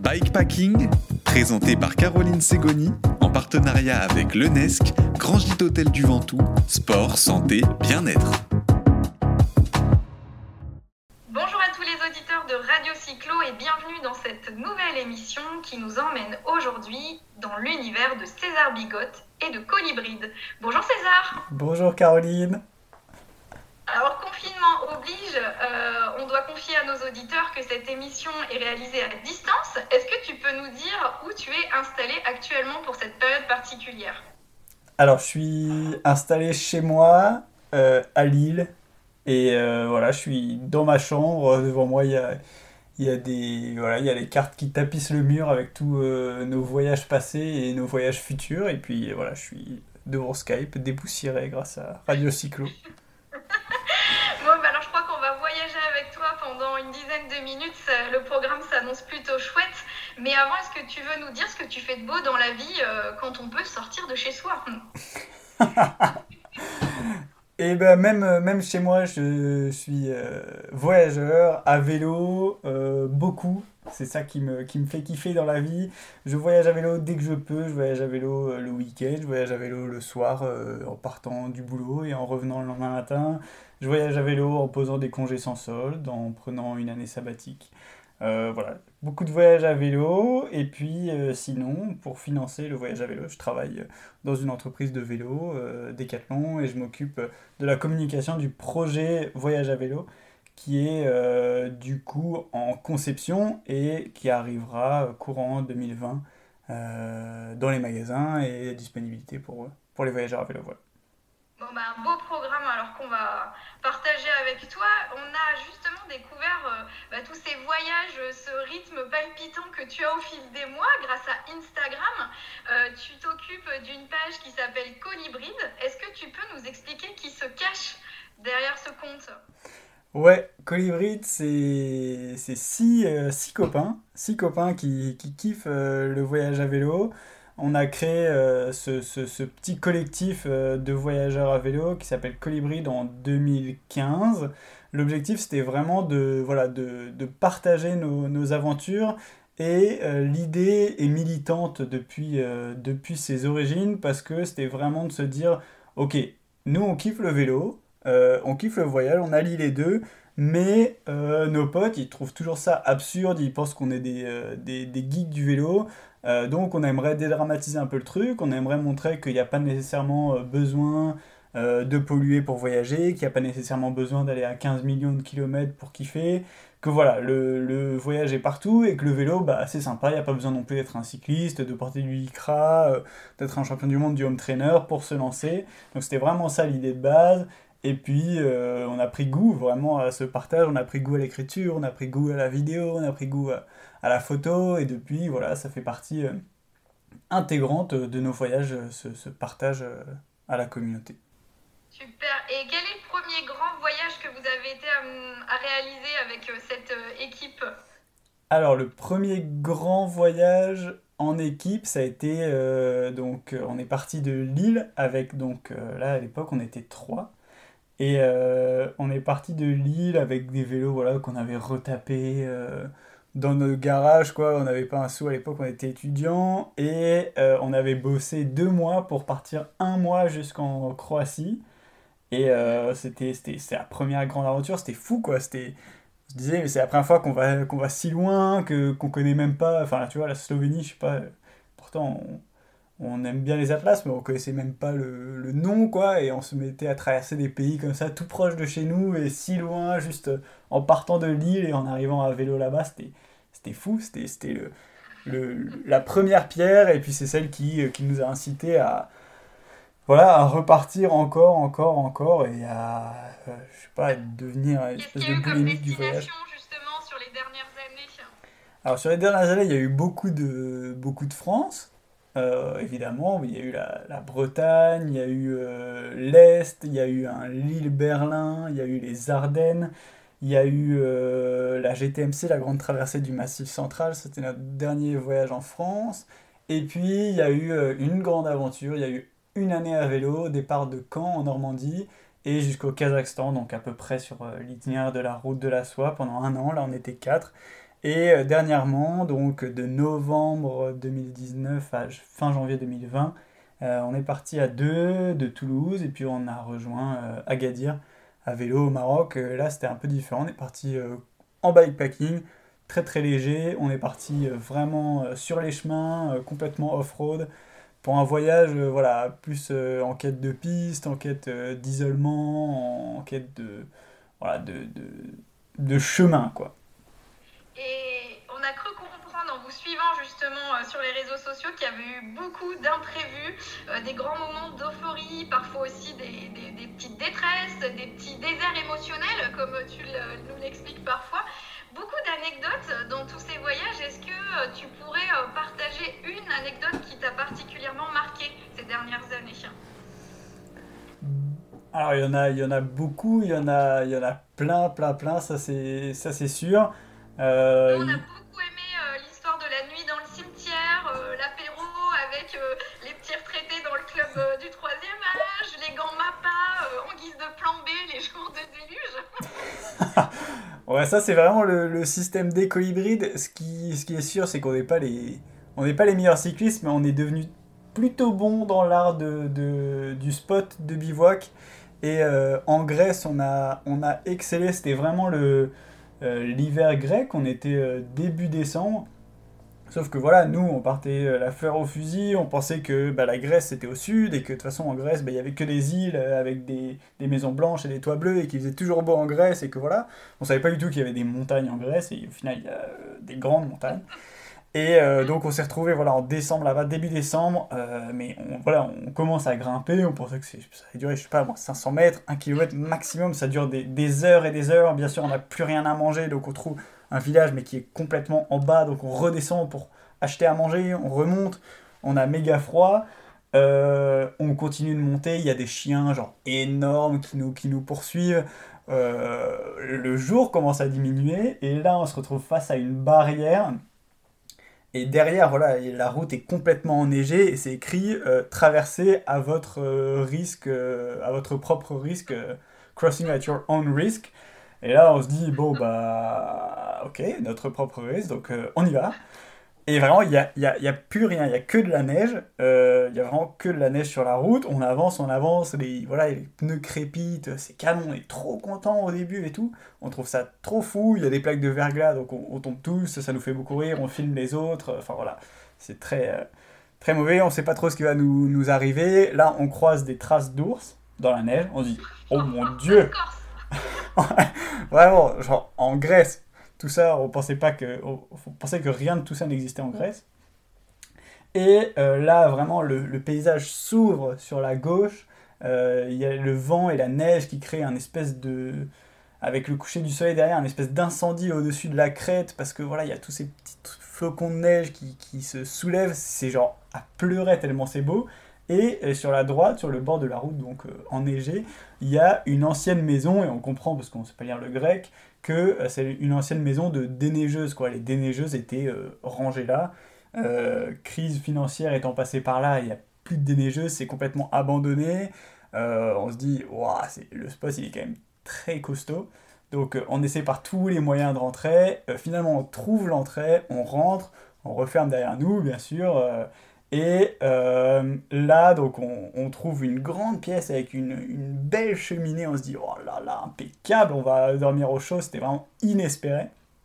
Bikepacking, présenté par Caroline Segoni, en partenariat avec l'UNESC, Grand Gîte Hôtel du Ventoux, sport, santé, bien-être. Bonjour à tous les auditeurs de Radio Cyclo et bienvenue dans cette nouvelle émission qui nous emmène aujourd'hui dans l'univers de César Bigotte et de Colibride. Bonjour César. Bonjour Caroline. Alors confinement oblige, on doit confier à nos auditeurs que cette émission est réalisée à distance. Est-ce que tu peux nous dire où tu es installé actuellement pour cette période particulière ? Alors je suis installé chez moi à Lille et voilà, je suis dans ma chambre. Devant moi il y a les cartes qui tapissent le mur avec tous nos voyages passés et nos voyages futurs. Et puis voilà, je suis devant Skype dépoussiéré grâce à Radio Cyclo. Alors je crois qu'on va voyager avec toi pendant une dizaine de minutes. Le programme s'annonce plutôt chouette. Mais avant, est-ce que tu veux nous dire ce que tu fais de beau dans la vie quand on peut sortir de chez soi ? Et ben même chez moi, je suis voyageur à vélo, beaucoup. C'est ça qui me fait kiffer dans la vie. Je voyage à vélo dès que je peux. Je voyage à vélo le week-end. Je voyage à vélo le soir en partant du boulot et en revenant le lendemain matin. Je voyage à vélo en posant des congés sans solde, en prenant une année sabbatique. Voilà, beaucoup de voyages à vélo. Et puis sinon, pour financer le voyage à vélo, je travaille dans une entreprise de vélo, Decathlon, et je m'occupe de la communication du projet Voyage à vélo, qui est du coup en conception et qui arrivera courant 2020 dans les magasins et disponibilité pour les voyageurs à vélo. Voilà. Un beau programme alors qu'on va partager avec toi. On a justement découvert tous ces voyages, ce rythme palpitant que tu as au fil des mois grâce à Instagram. Tu t'occupes d'une page qui s'appelle Colibride. Est-ce que tu peux nous expliquer qui se cache derrière ce compte ? Ouais, Colibride, c'est six copains qui kiffent le voyage à vélo. On a créé ce petit collectif de voyageurs à vélo qui s'appelle Colibride en 2015. L'objectif, c'était vraiment de partager nos aventures. Et l'idée est militante depuis ses origines, parce que c'était vraiment de se dire, ok, nous on kiffe le vélo, on kiffe le voyage, on allie les deux, mais nos potes, ils trouvent toujours ça absurde, ils pensent qu'on est des geeks du vélo. Donc on aimerait dédramatiser un peu le truc, on aimerait montrer qu'il n'y a pas nécessairement besoin de polluer pour voyager, qu'il n'y a pas nécessairement besoin d'aller à 15 millions de kilomètres pour kiffer, que voilà, le voyage est partout et que le vélo, c'est sympa, il n'y a pas besoin non plus d'être un cycliste, de porter du lycra, d'être un champion du monde du home trainer pour se lancer. Donc c'était vraiment ça l'idée de base. Et puis on a pris goût vraiment à ce partage, on a pris goût à l'écriture, on a pris goût à la vidéo, on a pris goût à la photo, et depuis voilà, ça fait partie intégrante de nos voyages, ce partage à la communauté. Super. Et quel est le premier grand voyage que vous avez été à réaliser avec cette équipe ? Alors le premier grand voyage en équipe, ça a été on est parti de Lille avec là à l'époque on était 3. Et on est parti de Lille avec des vélos qu'on avait retapés dans nos garages, quoi. On n'avait pas un sou à l'époque, on était étudiants. Et on avait bossé 2 mois pour partir 1 mois jusqu'en Croatie. Et c'était la première grande aventure, c'était fou, quoi. On se disait, mais c'est la première fois qu'on va si loin, qu'on connaît même pas. Enfin, tu vois, la Slovénie, je sais pas. Pourtant, on aime bien les atlas, mais on connaissait même pas le nom, quoi, et on se mettait à traverser des pays comme ça, tout proche de chez nous, et si loin, juste en partant de Lille et en arrivant à vélo là-bas, c'était fou, c'était la première pierre, et puis c'est celle qui nous a incité à repartir encore, et à, devenir une espèce de boulimique du voyage. Justement, sur les dernières années ? Alors sur les dernières années, il y a eu beaucoup de France. Évidemment, il y a eu la Bretagne, il y a eu l'Est, il y a eu un Lille-Berlin, il y a eu les Ardennes, il y a eu la GTMC, la Grande Traversée du Massif Central, c'était notre dernier voyage en France. Et puis il y a eu une grande aventure, il y a eu une année à vélo, départ de Caen en Normandie et jusqu'au Kazakhstan, donc à peu près sur l'itinéraire de la route de la soie pendant 1 an, là on était 4. Et dernièrement, donc de novembre 2019 à fin janvier 2020, on est parti à deux de Toulouse et puis on a rejoint Agadir à vélo au Maroc. Là, c'était un peu différent. On est parti en bikepacking, très très léger. On est parti vraiment sur les chemins, complètement off-road, pour un voyage voilà, plus en quête de piste, en quête d'isolement, en quête voilà, de chemin, quoi. Et on a cru comprendre en vous suivant justement sur les réseaux sociaux qu'il y avait eu beaucoup d'imprévus, des grands moments d'euphorie, parfois aussi des petites détresses, des petits déserts émotionnels, comme tu nous l'expliques parfois. Beaucoup d'anecdotes dans tous ces voyages. Est-ce que tu pourrais partager une anecdote qui t'a particulièrement marqué ces dernières années? Alors il y en a beaucoup, il y en a plein, ça c'est sûr. Nous, Euh, on a y- beaucoup aimé l'histoire de la nuit dans le cimetière, l'apéro avec les petits retraités dans le club du troisième âge, les gants MAPA en guise de plan B, les jours de déluge. ouais, ça c'est vraiment le système d'éco-hybride. Ce qui est sûr, c'est on n'est pas les meilleurs cyclistes, mais on est devenu plutôt bon dans l'art du spot de bivouac. Et en Grèce, on a excellé. C'était vraiment l'hiver grec. On était début décembre. Sauf que voilà, nous, on partait la fleur au fusil, on pensait que bah, la Grèce c'était au sud et que de toute façon en Grèce, bah, il y avait que des îles avec des maisons blanches et des toits bleus et qu'il faisait toujours beau en Grèce et que voilà. On savait pas du tout qu'il y avait des montagnes en Grèce et au final il y a des grandes montagnes. Et donc on s'est retrouvé voilà, en décembre là-bas, début décembre, mais voilà, on commence à grimper, on pensait que ça allait durer, je sais pas moi, 500 mètres, 1 kilomètre maximum, ça dure des heures et des heures, bien sûr on n'a plus rien à manger, donc on trouve un village mais qui est complètement en bas, donc on redescend pour acheter à manger, on remonte, on a méga froid, on continue de monter, il y a des chiens genre énormes qui nous poursuivent, le jour commence à diminuer, et là on se retrouve face à une barrière, et derrière, voilà, la route est complètement enneigée et c'est écrit traverser à votre risque, à votre propre risque, crossing at your own risk. Et là, on se dit, bon, bah, ok, notre propre risque, donc on y va. Et vraiment, il y a plus rien, il y a que de la neige. Il y a vraiment que de la neige sur la route. On avance, voilà, les pneus crépitent, c'est canon, on est trop content au début et tout. On trouve ça trop fou. Il y a des plaques de verglas, donc on tombe tous, ça nous fait beaucoup rire, on filme les autres. Enfin voilà, c'est très mauvais, on sait pas trop ce qui va nous arriver. Là, on croise des traces d'ours dans la neige, on se dit, oh mon La dieu! Corse. Vraiment, genre en Grèce, tout ça, on pensait que rien de tout ça n'existait en Grèce. Et là, vraiment, le paysage s'ouvre sur la gauche. Il y a le vent et la neige qui créent un espèce avec le coucher du soleil derrière, un espèce d'incendie au-dessus de la crête, parce que voilà, il y a tous ces petits flocons de neige qui se soulèvent. C'est genre à pleurer tellement c'est beau. Et sur la droite, sur le bord de la route, donc enneigé, il y a une ancienne maison, et on comprend, parce qu'on ne sait pas lire le grec, que c'est une ancienne maison de déneigeuses, quoi. Les déneigeuses étaient rangées là. Crise financière étant passée par là, il n'y a plus de déneigeuses, c'est complètement abandonné. On se dit, ouah, le spot il est quand même très costaud. Donc on essaie par tous les moyens de rentrer. Finalement, on trouve l'entrée, on rentre, on referme derrière nous, bien sûr. Et là, donc, on trouve une grande pièce avec une belle cheminée. On se dit, oh là là, impeccable, on va dormir au chaud. C'était vraiment inespéré.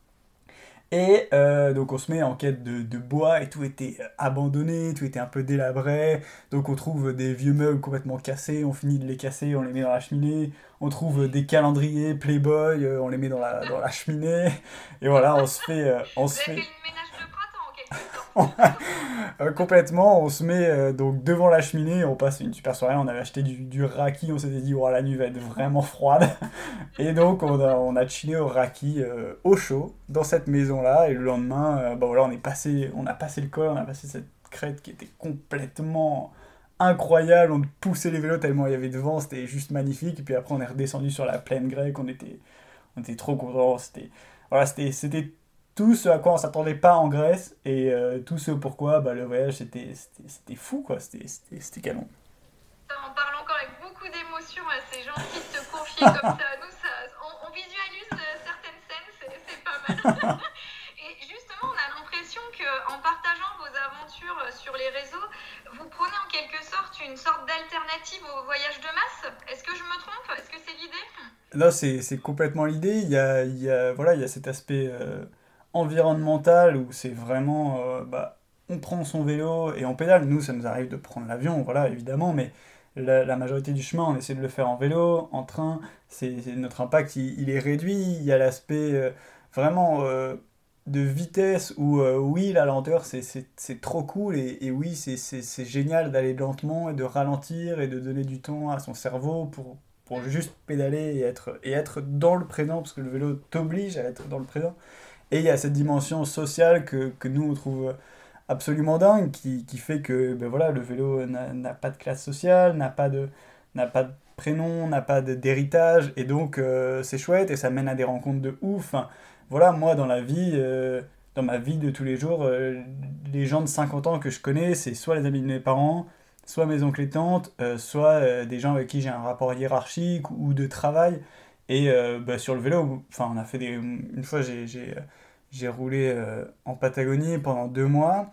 Et donc, on se met en quête de bois et tout était abandonné, tout était un peu délabré. Donc, on trouve des vieux meubles complètement cassés. On finit de les casser, on les met dans la cheminée. On trouve des calendriers Playboy, on les met dans la cheminée. Et voilà, on Vous se avez fait fait une ménage de printemps en quelque sorte. complètement, on se met donc devant la cheminée, on passe une super soirée, on avait acheté du raki, on s'était dit, oh, la nuit va être vraiment froide. Et donc on a chillé au raki au chaud, dans cette maison-là, et le lendemain, bah voilà, on a passé le col, on a passé cette crête qui était complètement incroyable, on poussait les vélos tellement il y avait de vent, c'était juste magnifique, et puis après on est redescendu sur la plaine grecque, on était trop contents, voilà, c'était tout ce à quoi on s'attendait pas en Grèce et tout ce pourquoi bah, le voyage c'était fou quoi, c'était canon. On parle encore avec beaucoup d'émotion, c'est gentil de te confier comme ça. Nous, on visualise certaines scènes, c'est pas mal. en partageant vos aventures sur les réseaux, vous prenez en quelque sorte une sorte d'alternative au voyage de masse. Est-ce que je me trompe? Est-ce que c'est l'idée? Là, c'est complètement l'idée. Voilà, il y a cet aspect environnemental où c'est vraiment, on prend son vélo et on pédale. Nous, ça nous arrive de prendre l'avion, voilà, évidemment, mais la majorité du chemin, on essaie de le faire en vélo, en train. Notre impact, il est réduit. Il y a l'aspect vraiment de vitesse où, oui, la lenteur, c'est trop cool et oui, c'est génial d'aller lentement et de ralentir et de donner du temps à son cerveau pour juste pédaler et être dans le présent, parce que le vélo t'oblige à être dans le présent. Et il y a cette dimension sociale que nous, on trouve absolument dingue, qui fait que voilà, le vélo n'a pas de classe sociale, n'a pas de prénom, n'a pas d'héritage, et donc c'est chouette, et ça mène à des rencontres de ouf. Enfin, voilà, moi, dans ma vie de tous les jours, les gens de 50 ans que je connais, c'est soit les amis de mes parents, soit mes oncles et tantes, soit des gens avec qui j'ai un rapport hiérarchique ou de travail. Et sur le vélo, enfin, on a fait une fois, j'ai roulé en Patagonie pendant 2 mois,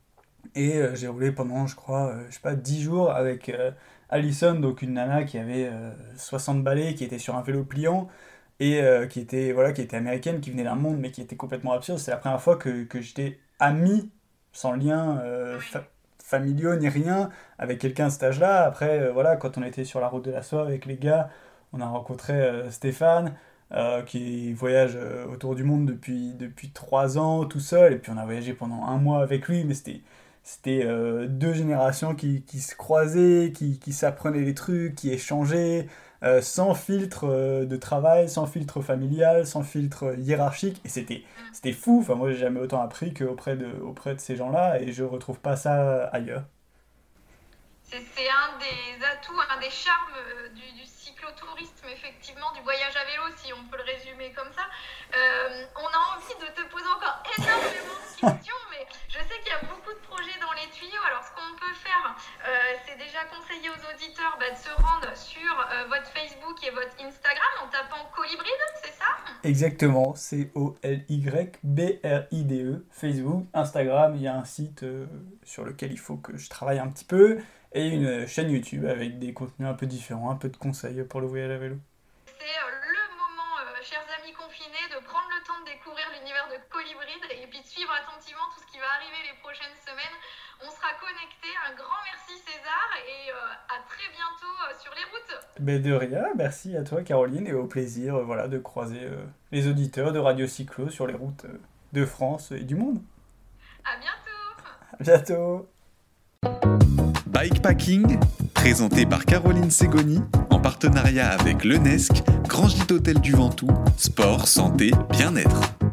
et j'ai roulé pendant, je crois, 10 jours avec Alison, donc une nana qui avait 60 balais, qui était sur un vélo pliant, et qui était américaine, qui venait d'un monde, mais qui était complètement absurde. C'est la première fois que j'étais ami, sans lien familiaux ni rien, avec quelqu'un de cet âge-là. Après, voilà, quand on était sur la route de la soie avec les gars, on a rencontré Stéphane, qui voyage autour du monde depuis 3 ans tout seul, et puis on a voyagé pendant 1 mois avec lui, mais c'était 2 générations qui se croisaient, qui s'apprenaient les trucs, qui échangeaient, sans filtre de travail, sans filtre familial, sans filtre hiérarchique, et c'était fou. Enfin, moi j'ai jamais autant appris qu'auprès de ces gens-là, et je retrouve pas ça ailleurs. C'est un des atouts, un des charmes du cyclotourisme, effectivement, du voyage à vélo, si on peut le résumer comme ça. On a envie de te poser encore énormément de questions, mais je sais qu'il y a beaucoup de projets dans les tuyaux. Alors, ce qu'on peut faire, c'est déjà conseiller aux auditeurs de se rendre sur votre Facebook et votre Instagram en tapant Colibride, c'est ça? Exactement, COLYBRIDE, Facebook, Instagram. Il y a un site sur lequel il faut que je travaille un petit peu, et une chaîne YouTube avec des contenus un peu différents, un peu de conseils pour le voyage à vélo. C'est le moment, chers amis confinés, de prendre le temps de découvrir l'univers de Colibride et puis de suivre attentivement tout ce qui va arriver les prochaines semaines. On sera connectés. Un grand merci César, et à très bientôt sur les routes. De rien, merci à toi Caroline, et au plaisir de croiser les auditeurs de Radio Cyclo sur les routes de France et du monde. À bientôt. À bientôt. Bikepacking, présenté par Caroline Ségoni, en partenariat avec l'UNESC, Grand Gîte Hôtel du Ventoux, sport, santé, bien-être.